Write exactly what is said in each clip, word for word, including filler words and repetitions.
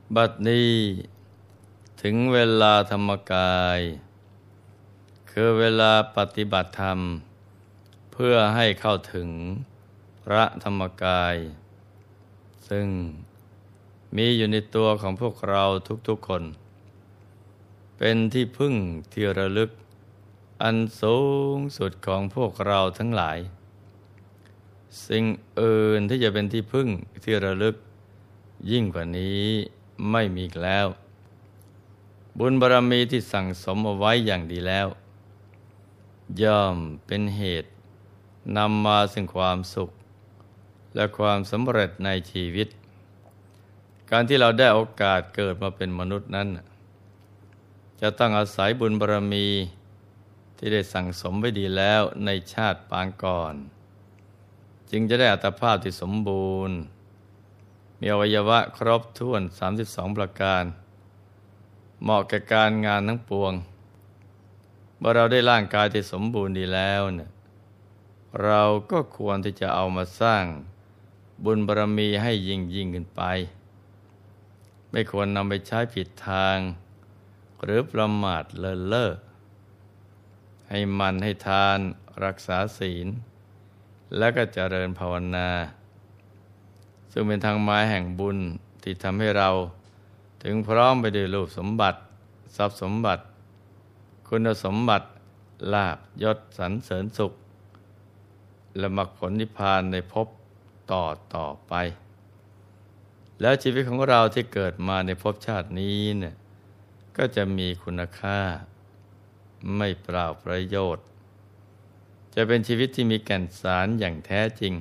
บัดนี้ถึงเวลาธรรมกายคือเวลาปฏิบัติธรรมเพื่อให้เข้าถึงพระธรรมกายซึ่งมีอยู่ในตัวของพวกเราทุกๆคนเป็นที่พึ่งที่ระลึกอันสูงสุดของพวกเราทั้งหลายสิ่งอื่นที่จะเป็นที่พึ่งที่ระลึกยิ่งกว่านี้ไม่มีอีกแล้วบุญบารมีที่สั่งสมเอาไว้อย่างดีแล้วย่อมเป็นเหตุนำมาซึ่งความสุขและความสำเร็จในชีวิตการที่เราได้โอกาสเกิดมาเป็นมนุษย์นั้นจะต้องอาศัยบุญบารมีที่ได้สั่งสมไว้ดีแล้วในชาติปางก่อนจึงจะได้อัตภาพที่สมบูรณ์มีอวัยวะครบถ้วนสามสิบสองประการเหมาะแก่การงานทั้งปวงเมื่อเราได้ร่างกายที่สมบูรณ์ดีแล้วเนี่ยเราก็ควรที่จะเอามาสร้างบุญบารมีให้ยิ่งยิ่งขึ้นไปไม่ควรนำไปใช้ผิดทางหรือประมาทเลินเล่อให้มันให้ทานรักษาศีลและก็เจริญภาวนาซึ่งเป็นทางไม้แห่งบุญที่ทำให้เราถึงพร้อมไปด้วยรูปสมบัติทรัพย์สมบัติคุณสมบัติลาภยศสรรเสริญสุขและมรรคผลนิพพานในภพต่อต่อไปแล้วชีวิตของเราที่เกิดมาในภพชาตินี้เนี่ยก็จะมีคุณค่าไม่เปล่าประโยชน์จะเป็นชีวิตที่มีแก่นสารอย่างแท้จริง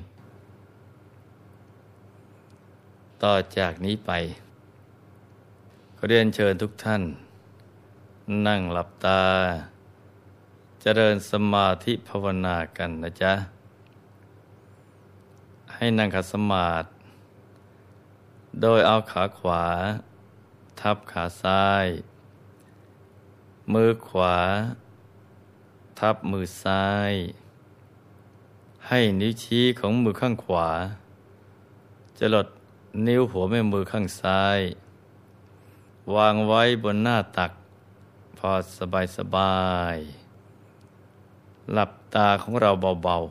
ต่อจากนี้ไปขอเรียนเชิญทุกท่านนั่งหลับตาเจริญสมาธิภาวนากันนะจ๊ะให้นั่งขัดสมาธิโดยเอาขาขวาทับขาซ้ายมือขวาทับมือซ้ายให้นิ้วชี้ของมือข้างขวาจรดนิ้วหัวแม่มือข้างซ้ายวางไว้บนหน้าตักพอสบายสบายหลับตาของเราเบา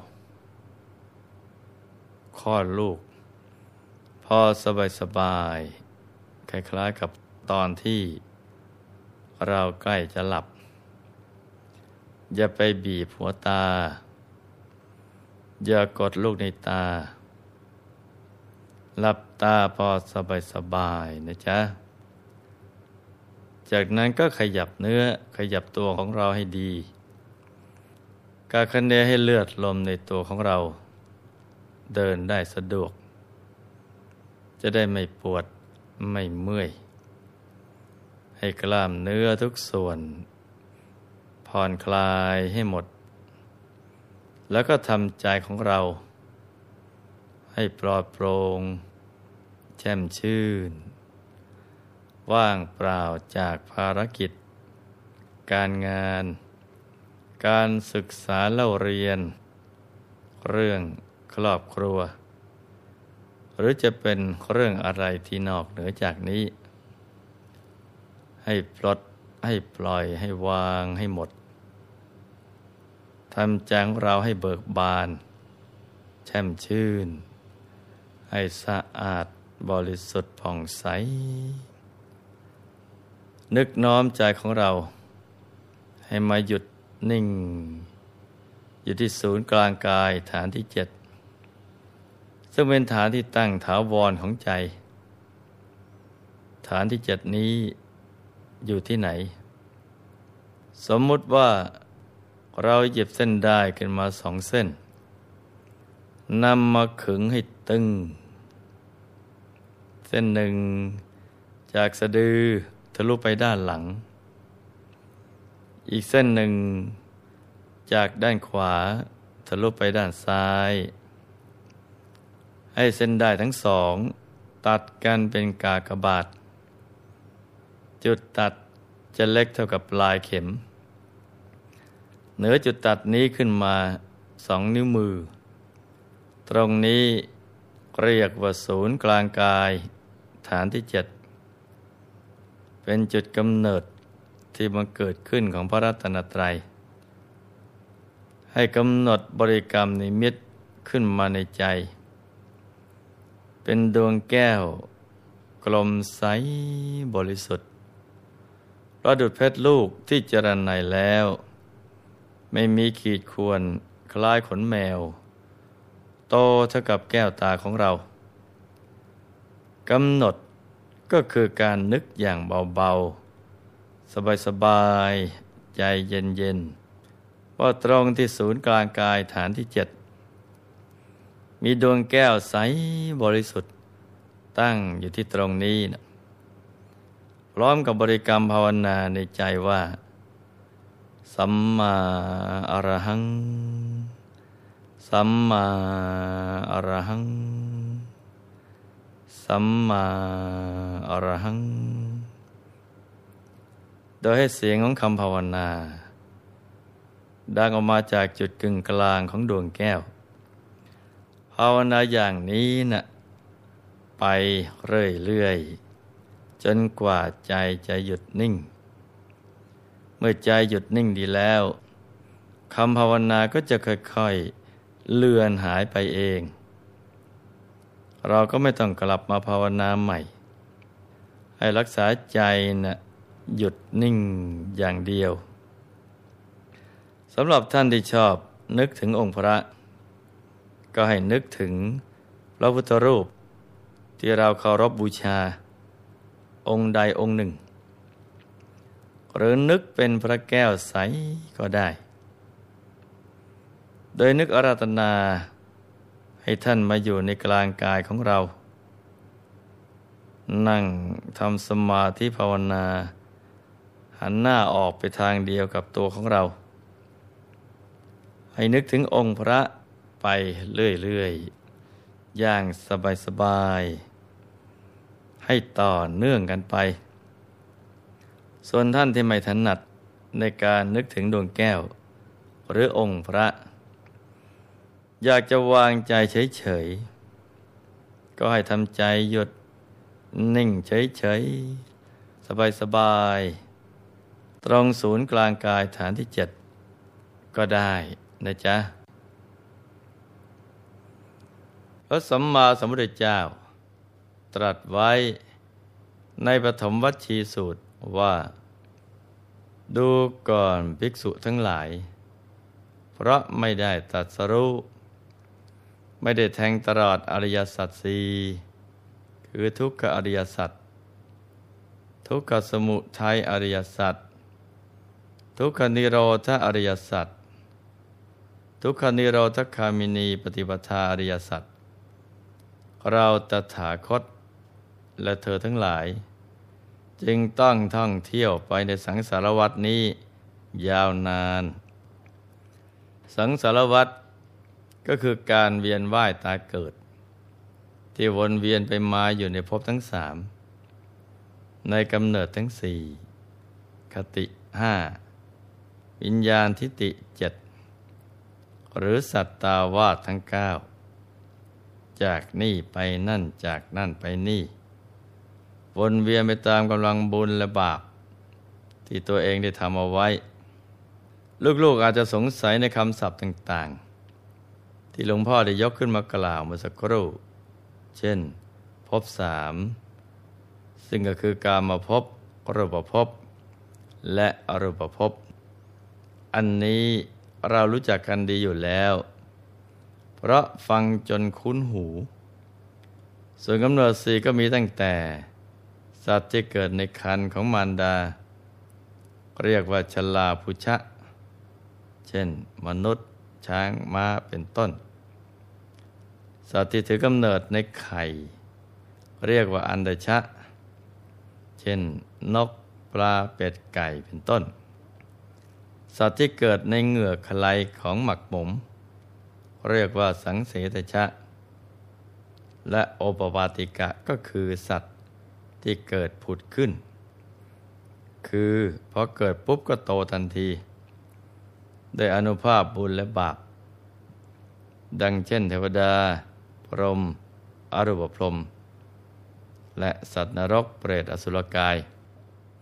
ๆคลอดลูกพอสบายสบายคล้ายๆกับตอนที่เราใกล้จะหลับอย่าไปบีบหัวตาอย่ากดลูกในตาหลับตาพอสบายสบายนะจ๊ะจากนั้นก็ขยับเนื้อขยับตัวของเราให้ดีกาคะเนให้เลือดลมในตัวของเราเดินได้สะดวกจะได้ไม่ปวดไม่เมื่อยให้กล้ามเนื้อทุกส่วนผ่อนคลายให้หมดแล้วก็ทำใจของเราให้ปลอดโปร่งแช่มชื่นว่างเปล่าจากภารกิจการงานการศึกษาเล่าเรียนเรื่องครอบครัวหรือจะเป็นเรื่องอะไรที่นอกเหนือจากนี้ให้ปลดให้ปล่อยให้วางให้หมดทำใจของเราให้เบิกบานแช่มชื่นให้สะอาดบริสุทธิ์ผ่องใสนึกน้อมใจของเราให้มาหยุดนิ่งอยู่ที่ศูนย์กลางกายฐานที่เจ็ดซึ่งเป็นฐานที่ตั้งถาวรของใจฐานที่เจ็ดนี้อยู่ที่ไหนสมมุติว่าเราหยิบเส้นด้ายขึ้นมาสองเส้นนำมาขึงให้ตึงเส้นหนึ่งจากสะดือทะลุไปด้านหลังอีกเส้นหนึ่งจากด้านขวาทะลุไปด้านซ้ายให้เส้นด้ายทั้งสองตัดกันเป็นกากบาทจุดตัดจะเล็กเท่ากับปลายเข็มเหนือจุดตัดนี้ขึ้นมาสองนิ้วมือตรงนี้เรียกว่าศูนย์กลางกายฐานที่เจ็ดเป็นจุดกำเนิดที่บังเกิดขึ้นของพระรัตนตรัยให้กำหนดบริกรรมนิมิตขึ้นมาในใจเป็นดวงแก้วกลมใสบริสุทธิ์ประดุจเพชรลูกที่เจริญในแล้วไม่มีขีดข่วนคล้ายขนแมวโตเท่ากับแก้วตาของเรากำหนดก็คือการนึกอย่างเบาๆสบายๆใจเย็นๆว่าตรงที่ศูนย์กลางกายฐานที่เจ็ดมีดวงแก้วใสบริสุทธิ์ตั้งอยู่ที่ตรงนี้นะพร้อมกับบริกรรมภาวนาในใจว่าสัมมาอรหังสัมมาอรหังสัมมาอรหังโดยให้เสียงของคำภาวนาดังออกมาจากจุดกึ่งกลางของดวงแก้วภาวนาอย่างนี้นะ่ะไปเรื่อยๆจนกว่าใจจะหยุดนิ่งเมื่อใจหยุดนิ่งดีแล้วคำภาวนาก็จะค่อยๆเลือนหายไปเองเราก็ไม่ต้องกลับมาภาวนาใหม่ให้รักษาใจนะหยุดนิ่งอย่างเดียวสำหรับท่านที่ชอบนึกถึงองค์พระก็ให้นึกถึงพระพุทธรูปที่เราเคารพบูชาองค์ใดองค์หนึ่งหรือนึกเป็นพระแก้วใสก็ได้โดยนึกอาราธนาให้ท่านมาอยู่ในกลางกายของเรานั่งทำสมาธิภาวนาหันหน้าออกไปทางเดียวกับตัวของเราให้นึกถึงองค์พระไปเรื่อยๆอย่างสบายๆให้ต่อเนื่องกันไปส่วนท่านที่ไม่ถนัดในการนึกถึงดวงแก้วหรือองค์พระอยากจะวางใจเฉยๆก็ให้ทำใจหยุดนิ่งเฉยๆสบายๆตรงศูนย์กลางกายฐานที่เจ็ดก็ได้นะจ๊ะพระสัมมาสัมพุทธเจ้าตรัสไว้ในปฐมวัชชีสูตรว่าดูก่อนภิกษุทั้งหลายเพราะไม่ได้ตรัสรู้ไม่ได้แทงตลอดอริยสัจสี่คือทุกขอริยสัจทุกขสมุทัยอริยสัจทุกขนิโรธอริยสัจทุกขนิโรธคามินีปฏิปทาอริยสัจเราตถาคตและเธอทั้งหลายจึงต้องท่องเที่ยวไปในสังสารวัฏนี้ยาวนานสังสารวัฏก็คือการเวียนว่ายตายเกิดที่วนเวียนไปมาอยู่ในภพทั้งสามในกำเนิดทั้งสี่คติห้าวิญญาณทิฏฐิเจ็ดหรือสัตตาวาสทั้งเก้าจากนี่ไปนั่นจากนั่นไปนี่วนเวียนไปตามกำลังบุญและบาปที่ตัวเองได้ทำเอาไว้ลูกๆอาจจะสงสัยในคำศัพท์ต่างๆที่หลวงพ่อได้ยกขึ้นมากล่าวเมื่อสักครู่เช่นภพสามซึ่งก็คือกามภพรูปภพและอรูปภพอันนี้เรารู้จักกันดีอยู่แล้วเพราะฟังจนคุ้นหูส่วนกำเนิดสี่ก็มีตั้งแต่สัตว์ที่เกิดในครรภ์ของมารดาเรียกว่าชลาภุชะเช่นมนุษย์ช้างม้าเป็นต้นสัตว์ที่ถือกำเนิดในไข่เรียกว่าอันดชะเช่นนกปลาเป็ดไก่เป็นต้นสัตว์ที่เกิดในเหงือกไขของหมักหมมเรียกว่าสังเสตชะและโอปปาติกะก็คือสัตว์ที่เกิดผุดขึ้นคือพอเกิดปุ๊บก็โตทันทีโดยอานุภาพบุญและบาปดังเช่นเทวดาพรหมอรูปพรหมและสัตว์นรกเปรตอสุรกาย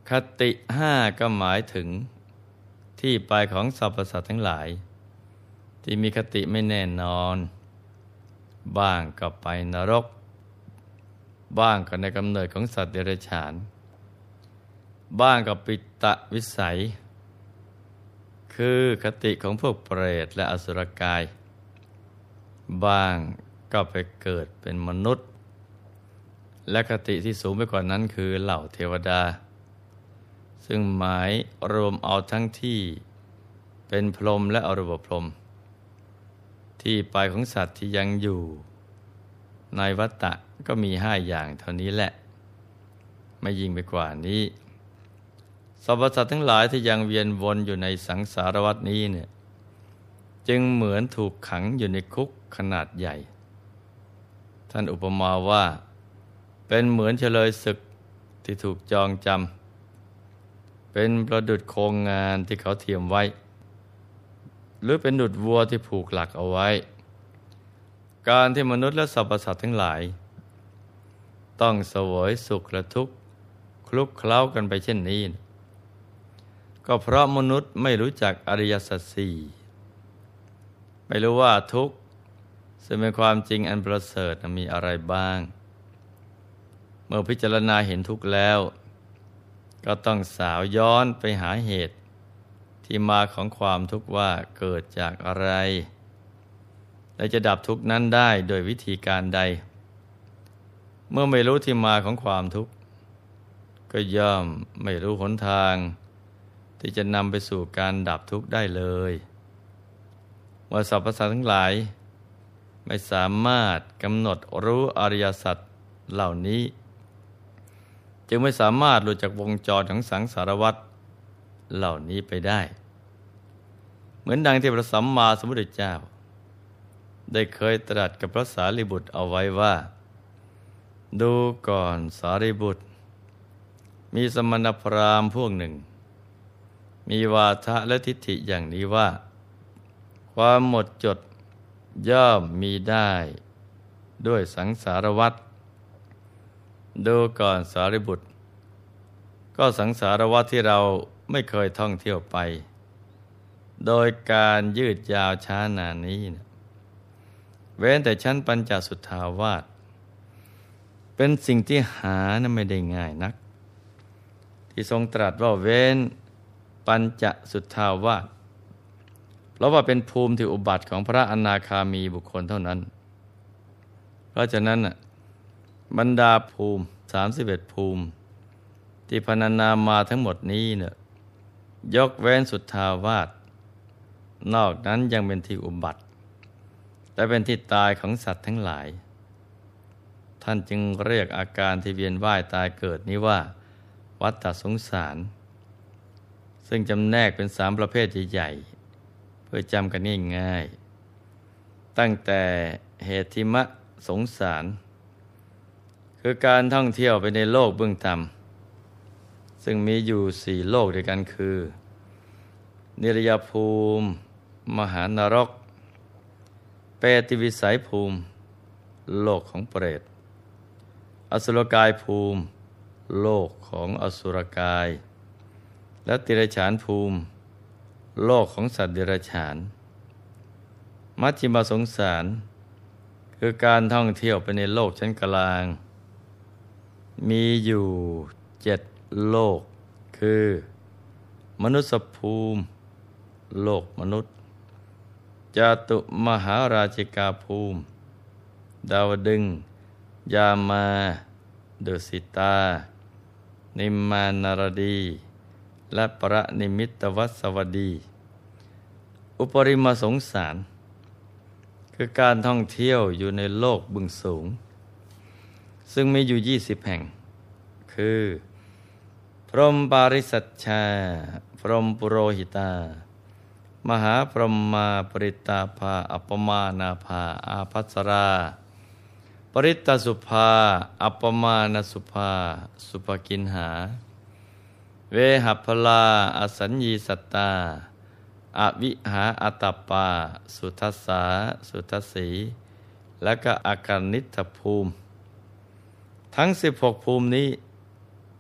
คติห้าก็หมายถึงที่ไปของสรรพสัตว์ทั้งหลายที่มีคติไม่แน่นอนบ้างก็ไปนรกบ้างก็ในกำเนิดของสัตว์เดรัจฉานบ้างก็ปิตวิสัยคือคติของพวกเปรตและอสุรกายบ้างก็ไปเกิดเป็นมนุษย์และคติที่สูงไปกว่านั้นคือเหล่าเทวดาซึ่งหมายรวมเอาทั้งที่เป็นพรหมและอรูปพรหมที่ไปของสัตว์ที่ยังอยู่ในวัฏฏะก็มีห้าอย่างเท่านี้แหละไม่ยิ่งไปกว่านี้สรรพสัตว์ทั้งหลายที่ยังเวียนวนอยู่ในสังสารวัฏนี้เนี่ยจึงเหมือนถูกขังอยู่ในคุกขนาดใหญ่ท่านอุปมาว่าเป็นเหมือนเฉลยศึกที่ถูกจองจำเป็นประดุจโครงงานที่เขาเทียมไว้หรือเป็นดุจวัวที่ผูกหลักเอาไว้การที่มนุษย์และสรรพสัตว์ทั้งหลายต้องเสวยสุขและทุกข์คลุกเคล้ากันไปเช่นนี้ก็เพราะมนุษย์ไม่รู้จักอริยสัจสี่ไม่รู้ว่าทุกข์ซึ่งเป็นความจริงอันประเสริฐมีอะไรบ้างเมื่อพิจารณาเห็นทุกข์แล้วก็ต้องสาวย้อนไปหาเหตุที่มาของความทุกข์ว่าเกิดจากอะไรและจะดับทุกข์นั้นได้โดยวิธีการใดเมื่อไม่รู้ที่มาของความทุกข์ก็ย่อมไม่รู้หนทางที่จะนำไปสู่การดับทุกข์ได้เลยว่าสรรพสัตว์ทั้งหลายไม่สามารถกำหนดรู้อริยสัจเหล่านี้จึงไม่สามารถหลุดจากวงจรของสังสารวัฏเหล่านี้ไปได้เหมือนดังที่พระสัมมาสัมพุทธเจ้าได้เคยตรัสกับพระสารีบุตรเอาไว้ว่าดูก่อนสารีบุตรมีสมณพราหมณ์พวกหนึ่งมีวาทะและทิฏฐิอย่างนี้ว่าความหมดจดย่อมมีได้ด้วยสังสารวัฏดูก่อนสารีบุตรก็สังสารวัฏที่เราไม่เคยท่องเที่ยวไปโดยการยืดยาวช้านานนี้นะเว้นแต่ชั้นปัญจสุทธาวาสเป็นสิ่งที่หานะไม่ได้ง่ายนักที่ทรงตรัสว่าเว้นปัญจสุทธาวาสเพราะว่าเป็นภูมิที่อุบัติของพระอนาคามีบุคคลเท่านั้นเพราะฉะนั้นบรรดาภูมิสามสิบเอ็ดภูมิที่พรรณนามาทั้งหมดนี้เนี่ยยกเว้นสุทธาวาสนอกนั้นยังเป็นที่อุบัติและเป็นที่ตายของสัตว์ทั้งหลายท่านจึงเรียกอาการที่เวียนว่ายตายเกิดนี้ว่าวัฏฏสงสารซึ่งจำแนกเป็นสามประเภทใหญ่ๆเพื่อจำกันง่ายๆตั้งแต่เหติมะสงสารคือการท่องเที่ยวไปในโลกเบื้องต่ำซึ่งมีอยู่สี่โลกด้วยกันคือนิรยภูมิมหานรกเปติวิสัยภูมิโลกของเปรตอสุรกายภูมิโลกของอสุรกายและติรฉานภูมิโลกของสัตว์เดรัจฉานมัชฌิมสงสารคือการท่องเที่ยวไปในโลกชั้นกลางมีอยู่เจ็ดโลกคือมนุษยภูมิโลกมนุษย์จาตุมหาราชิกาภูมิดาวดึงส์ยามาดุสิตานิมมานารดีและปรนิมิตวัสวดีอุปริมสงสารคือการท่องเที่ยวอยู่ในโลกบึงสูงซึ่งมีอยู่ยี่สิบแห่งคือพรหมปาริสัชชาพรหมปุโรหิตามหาพรหมมาปริตาภาอัปปมานาภาอาภัสราปริตตสุภาอัปปมานสุภาสุภกินหาเวหัพพลาอสัญญีสัตตาอวิหาอัตตปาสุทัสสาสุทัสสีและก็อาการนิทภูมิทั้งสิบหกภูมินี้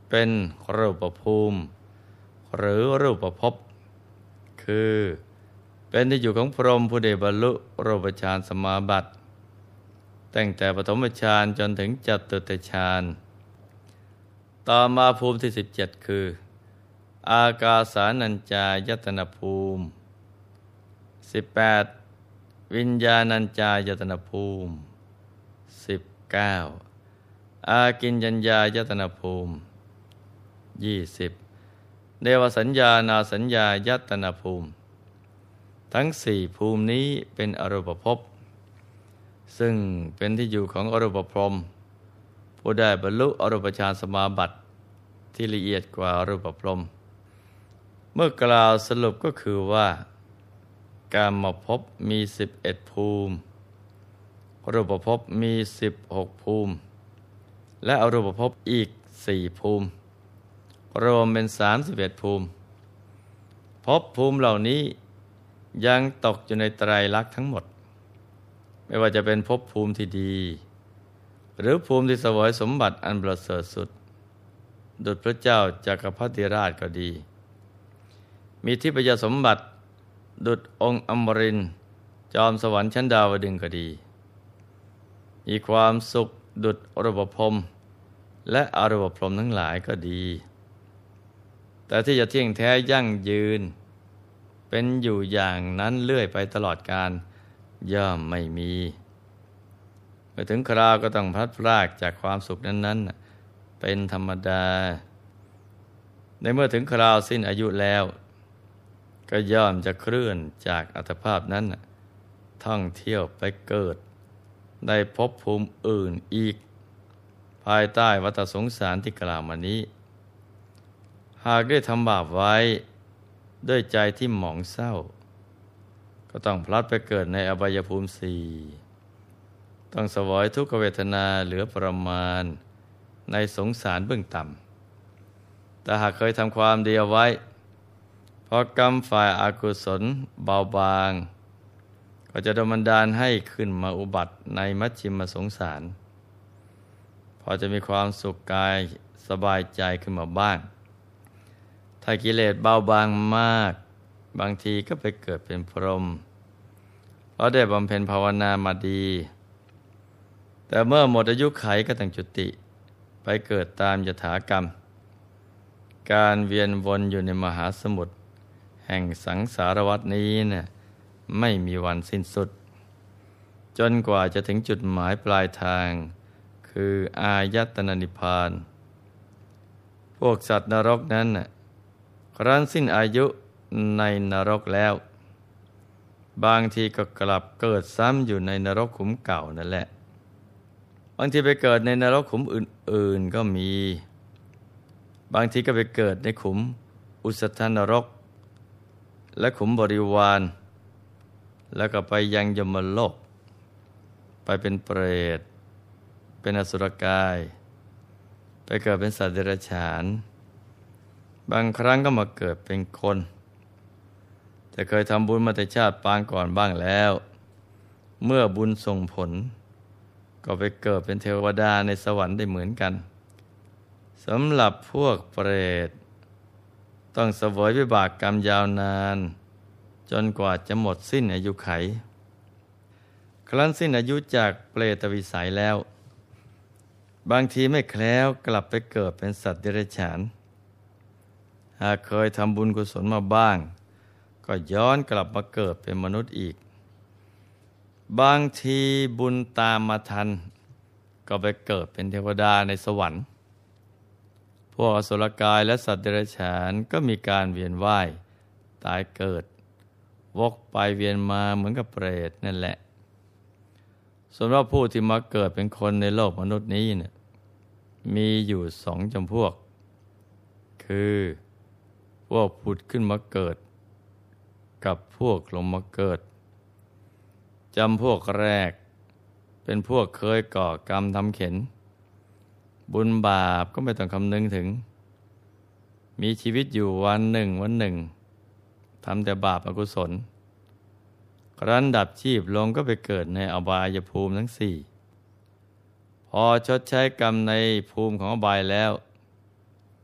เป็นรูปภูมิหรือรูปภพคือเป็นที่อยู่ของพรหมผู้ได้บรรลุรูปฌานสมาบัติตั้งแต่ปฐมฌานจนถึงจตุตฌานต่อมาภูมิที่สิบเจ็ดคืออากาสานัญจายตนะภูมิสิบแปดวิญญาณัญจายตนะภูมิสิบเก้าอากิญญัญญายตนะภูมิยี่สิบเดวสัญญานาสัญญายตนะภูมิทั้งสี่ภูมินี้เป็นอรูปภพซึ่งเป็นที่อยู่ของอรูปพรหมผู้ได้บรรลุอรูปฌานสมาบัติที่ละเอียดกว่าอรูปพรหมเมื่อกล่าวสรุปก็คือว่ากามภพมีสิบเอ็ดภูมิรูปภพมีสิบหกภูมิและอรูปภพอีกสี่ภูมิรวมเป็นสามสิบเอ็ดภูมิภพภูมิเหล่านี้ยังตกอยู่ในไตรลักษณ์ทั้งหมดไม่ว่าจะเป็นภพภูมิที่ดีหรือภูมิที่เสวยสมบัติอันประเสริฐสุดดุจพระเจ้าจักรพรรดิราชก็ดีมีทิพยสมบัติดุจองค์อมรินทร์จอมสวรรค์ชั้นดาวดึงส์ก็ดีมีความสุขดุจอรูปพรหมและอรูปพรหมทั้งหลายก็ดีแต่ที่จะเที่ยงแท้ยั่งยืนเป็นอยู่อย่างนั้นเรื่อยไปตลอดกาลย่อมไม่มีเมื่อถึงคราวก็ต้องพลัดพรากจากความสุขนั้นๆเป็นธรรมดาในเมื่อถึงคราวสิ้นอายุแล้วก็ย่อมจะเคลื่อนจากอัตภาพนั้นท่องเที่ยวไปเกิดในภพภูมิอื่นอีกภายใต้วัฏสงสารที่กล่าวมานี้หากได้ทำบาปไว้ด้วยใจที่หมองเศร้าก็ต้องพลัดไปเกิดในอบายภูมิสี่ต้องเสวยทุกขเวทนาเหลือประมาณในสงสารเบื้องต่ำแต่หากเคยทำความดีเอาไว้พอกรรมฝ่ายอากุศลเบาบางก็จะโดนบันดาลให้ขึ้นมาอุบัติในมัชฌิมสงสารพอจะมีความสุขกายสบายใจขึ้นมาบ้างถ้ากิเลสเบาบางมากบางทีก็ไปเกิดเป็นพรหมเพราะได้บำเพ็ญภาวนามาดีแต่เมื่อหมดอายุไขก็ต้องจุติไปเกิดตามยถากรรมการเวียนวนอยู่ในมหาสมุทรแห่งสังสารวัฏนี้เนี่ยไม่มีวันสิ้นสุดจนกว่าจะถึงจุดหมายปลายทางคืออายตนะนิพพานพวกสัตว์นรกนั้นน่ะครั้นสิ้นอายุในนรกแล้วบางทีก็กลับเกิดซ้ำอยู่ในนรกขุมเก่านั่นแหละบางทีไปเกิดในนรกขุมอื่นๆก็มีบางทีก็ไปเกิดในขุมอุสธนรกและขุมบริวารแล้วก็ไปยังยมโลกไปเป็นเปรตเป็นอสุรกายไปเกิดเป็นสัตว์เดรัจฉานบางครั้งก็มาเกิดเป็นคนแต่เคยทำบุญมาแต่ชาติปางก่อนบ้างแล้วเมื่อบุญส่งผลก็ไปเกิดเป็นเทวดาในสวรรค์ได้เหมือนกันสำหรับพวกเปรตต้องเสวยวิบากกรรมยาวนานจนกว่าจะหมดสิ้นอายุไขครั้นสิ้นอายุจากเปรตวิสัยแล้วบางทีไม่แคล้วกลับไปเกิดเป็นสัตว์เดรัจฉานหากเคยทำบุญกุศลมาบ้างก็ย้อนกลับมาเกิดเป็นมนุษย์อีกบางทีบุญตามมาทันก็ไปเกิดเป็นเทวดาในสวรรค์พวกอสุรกายและสัตว์เดรัจฉานก็มีการเวียนว่ายตายเกิดวกไปเวียนมาเหมือนกับเปรตนั่นแหละส่วนว่าผู้ที่มาเกิดเป็นคนในโลกมนุษย์นี้เนี่ยมีอยู่สองจำพวกคือพวกผุดขึ้นมาเกิดกับพวกลงมาเกิดจำพวกแรกเป็นพวกเคยก่อกรรมทำเข็ญบุญบาปก็ไม่ต้องคำนึงถึงมีชีวิตอยู่วันหนึ่งวันหนึ่งทำแต่บาปอกุศลครั้นดับชีพลงก็ไปเกิดในอบายภูมิทั้งสี่พอชดใช้กรรมในภูมิของอบายแล้ว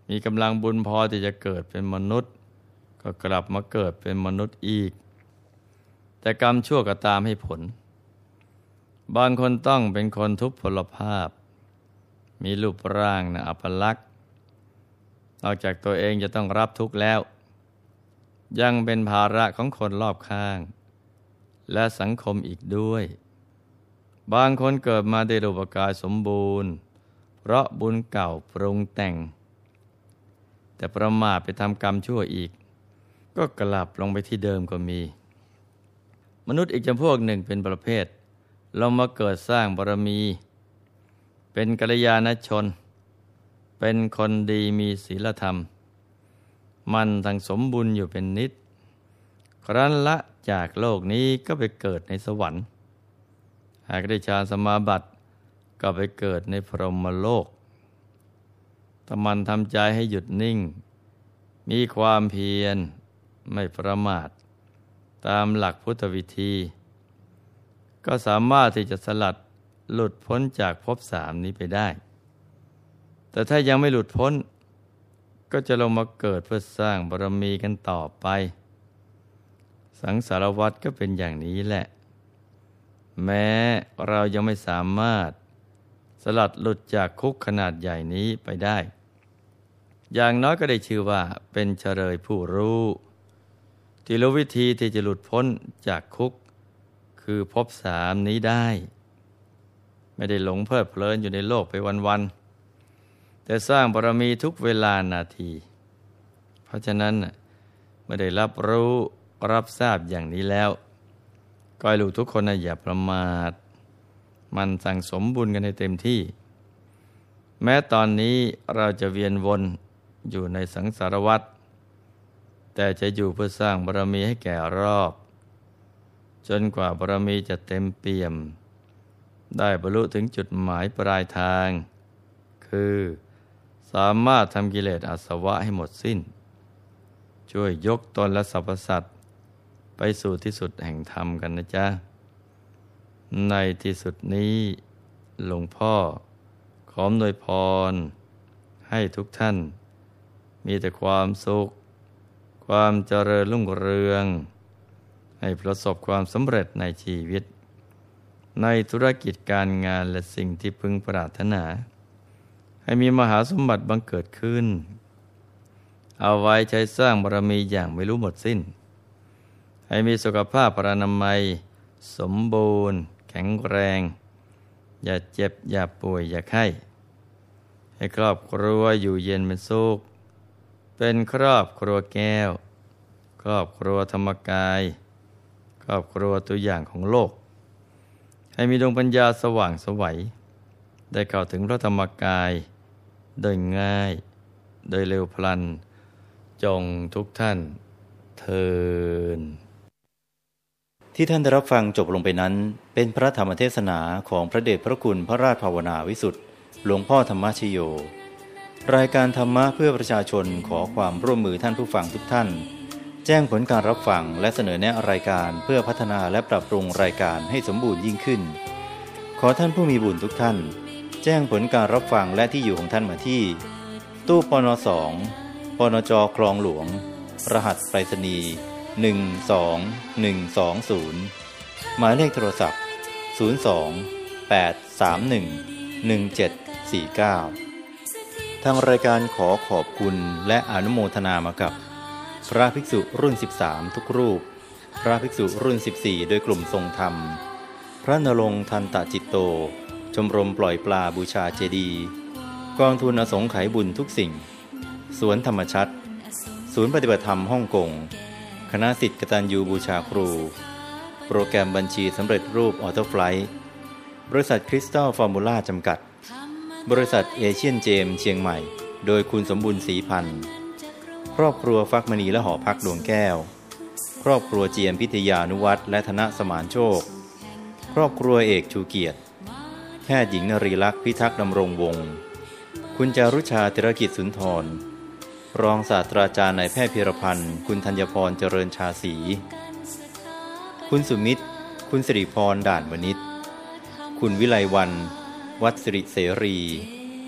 มีกำลังบุญพอที่จะเกิดเป็นมนุษย์ก็กลับมาเกิดเป็นมนุษย์อีกแต่กรรมชั่วก็ตามให้ผลบางคนต้องเป็นคนทุพพลภาพมีรูปร่างนะอัปลักษณ์นอกจากตัวเองจะต้องรับทุกข์แล้วยังเป็นภาระของคนรอบข้างและสังคมอีกด้วยบางคนเกิดมาได้รูปกายสมบูรณ์เพราะบุญเก่าปรุงแต่งแต่ประมาทไปทำกรรมชั่วอีกก็กลับลงไปที่เดิมก็มีมนุษย์อีกจำพวกหนึ่งเป็นประเภทเรามาเกิดสร้างบารมีเป็นกัลยาณชนเป็นคนดีมีศีลธรรมมันทั้งสมบุญอยู่เป็นนิดครั้นละจากโลกนี้ก็ไปเกิดในสวรรค์หากได้ฌานสมาบัติก็ไปเกิดในพรหมโลกถ้ามันทำใจให้หยุดนิ่งมีความเพียรไม่ประมาทตามหลักพุทธวิธีก็สามารถที่จะสลัดหลุดพ้นจากภพสามนี้ไปได้แต่ถ้ายังไม่หลุดพ้นก็จะลงมาเกิดเพื่อสร้างบารมีกันต่อไปสังสารวัฏก็เป็นอย่างนี้แหละแม้เรายังไม่สามารถสลัดหลุดจากคุกขนาดใหญ่นี้ไปได้อย่างน้อยก็ได้ชื่อว่าเป็นเฉลยผู้รู้ที่รู้วิธีที่จะหลุดพ้นจากคุกคือภพสามนี้ได้ไม่ได้หลงเพลิดเพลินอยู่ในโลกไปวันๆแต่สร้างบารมีทุกเวลานาทีเพราะฉะนั้นเมื่อได้รับรู้รับทราบอย่างนี้แล้วก็ให้ลูกทุกคนนะอย่าประมาทมันสั่งสมบุญกันให้เต็มที่แม้ตอนนี้เราจะเวียนวนอยู่ในสังสารวัฏแต่จะอยู่เพื่อสร้างบารมีให้แก่รอบจนกว่าบารมีจะเต็มเปี่ยมได้บรรลุถึงจุดหมายปลายทางคือสามารถทำกิเลสอาสวะให้หมดสิ้นช่วยยกตนและสรรพสัตว์ไปสู่ที่สุดแห่งธรรมกันนะจ๊ะในที่สุดนี้หลวงพ่อขออำนวยพรให้ทุกท่านมีแต่ความสุขความเจริญรุ่งเรืองให้ประสบความสำเร็จในชีวิตในธุรกิจการงานและสิ่งที่พึงปรารถนาให้มีมหาสมบัติบังเกิดขึ้นเอาไว้ใช้สร้างบารมีอย่างไม่รู้หมดสิ้นให้มีสุขภาพพรรณนามัยสมบูรณ์แข็งแรงอย่าเจ็บอย่าป่วยอย่าไข้ให้ครอบครัวอยู่เย็นเป็นสุขเป็นครอบครัวแก้วครอบครัวธรรมกายครอบครัวตัวอย่างของโลกให้มีดวงปัญญาสว่างไสวได้เข้าถึงพระธรรมกายโดยง่ายโดยเร็วพลันจงทุกท่านเทอญที่ท่านได้รับฟังจบลงไปนั้นเป็นพระธรรมเทศนาของพระเดชพระคุณพระราชภาวนาวิสุทธิ์หลวงพ่อธรรมชโยรายการธรรมะเพื่อประชาชนขอความร่วมมือท่านผู้ฟังทุกท่านแจ้งผลการรับฟังและเสนอแนะรายการเพื่อพัฒนาและปรับปรุงรายการให้สมบูรณ์ยิ่งขึ้นขอท่านผู้มีบุญทุกท่านแจ้งผลการรับฟังและที่อยู่ของท่านมาที่ตู้ปนสองปนจคลองหลวงรหัสไปรษณีย์หนึ่ง สอง หนึ่ง สอง ศูนย์หมายเลขโทรศัพท์ศูนย์ สอง แปด สาม หนึ่ง หนึ่ง เจ็ด สี่ เก้าทางรายการขอขอบคุณและอนุโมทนามากับพระภิกษุรุ่นสิบสามทุกรูปพระภิกษุรุ่นสิบสี่โดยกลุ่มทรงธรรมพระนรงค์ทันตจิตโตชมรมปล่อยปลาบูชาเจดีย์กองทุนอสงไขยบุญทุกสิ่งสวนธรรมชัดศูนย์ปฏิบัติธรรมฮ่องกงคณะศิษย์กตัญญูบูชาครูโปรแกรมบัญชีสำเร็จรูปออโต้ไฟลท์บริษัทคริสตัลฟอร์มูล่าจำกัดบริษัทเอเชียนเจมเชียงใหม่โดยคุณสมบุญศรีพันธ์ครอบครัวฟักมณีและหอพักดวงแก้วครอบครัวเจียมพิทยานุวัฒน์และธนสมานโชคครอบครัวเอกชูเกียรติแพทย์หญิงนรีลักษณ์พิทักษ์ดำรงวงศ์คุณจารุชาธิรกิจสุนทรรองศาสตราจารย์นายแพทย์พีรพันธ์คุณธัญพรเจริญชาศรีคุณสุมิตรคุณสิริพรด่านวณิชคุณวิไลวรรณวัดสิริเสรีคุ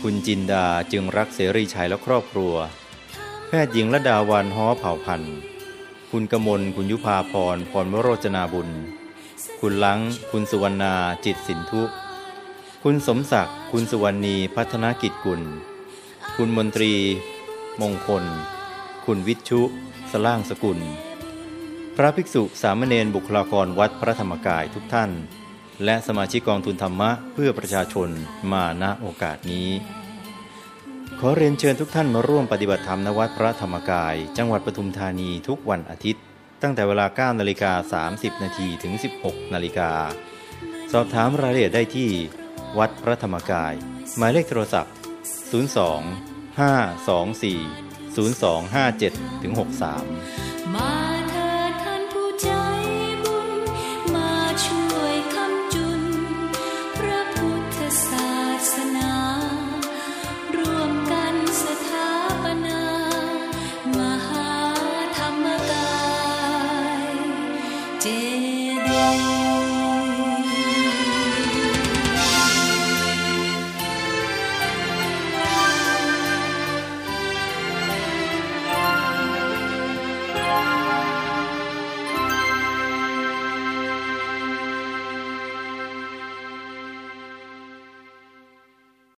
คุณจินดาจึงรักเสรีชัยและครอบครัวแพทย์หญิงระดาวันฮ้อเผ่าพันธุ์คุณกมลคุณยุภาพรพรวโรจนาบุญคุณลังคุณสุวรรณาจิตสินทุคุณสมศักดิ์คุณสุวรรณีพัฒนกิจกุลคุณมนตรีมงคลคุณวิชุสล่างสกุลพระภิกษุสามเณรบุคลากรวัดพระธรรมกายทุกท่านและสมาชิกกองทุนธรรมะเพื่อประชาชนมาณโอกาสนี้ขอเรียนเชิญทุกท่านมาร่วมปฏิบัติธรรมณวัดพระธรรมกายจังหวัดปทุมธานีทุกวันอาทิตย์ตั้งแต่เวลา เก้านาฬิกาสามสิบนาทีถึง สิบหกนาฬิกาสอบถามรายละเอียดได้ที่วัดพระธรรมกายหมายเลขโทรศัพท์ศูนย์ สอง ห้า สอง สี่ ศูนย์ สอง ห้า เจ็ด หก สามมาเถิดท่านผู้ใจบุญมาช่วยคำจุนพระพุทธศาสนารวมกันสถาปนามหาธรรมกายเจดีย์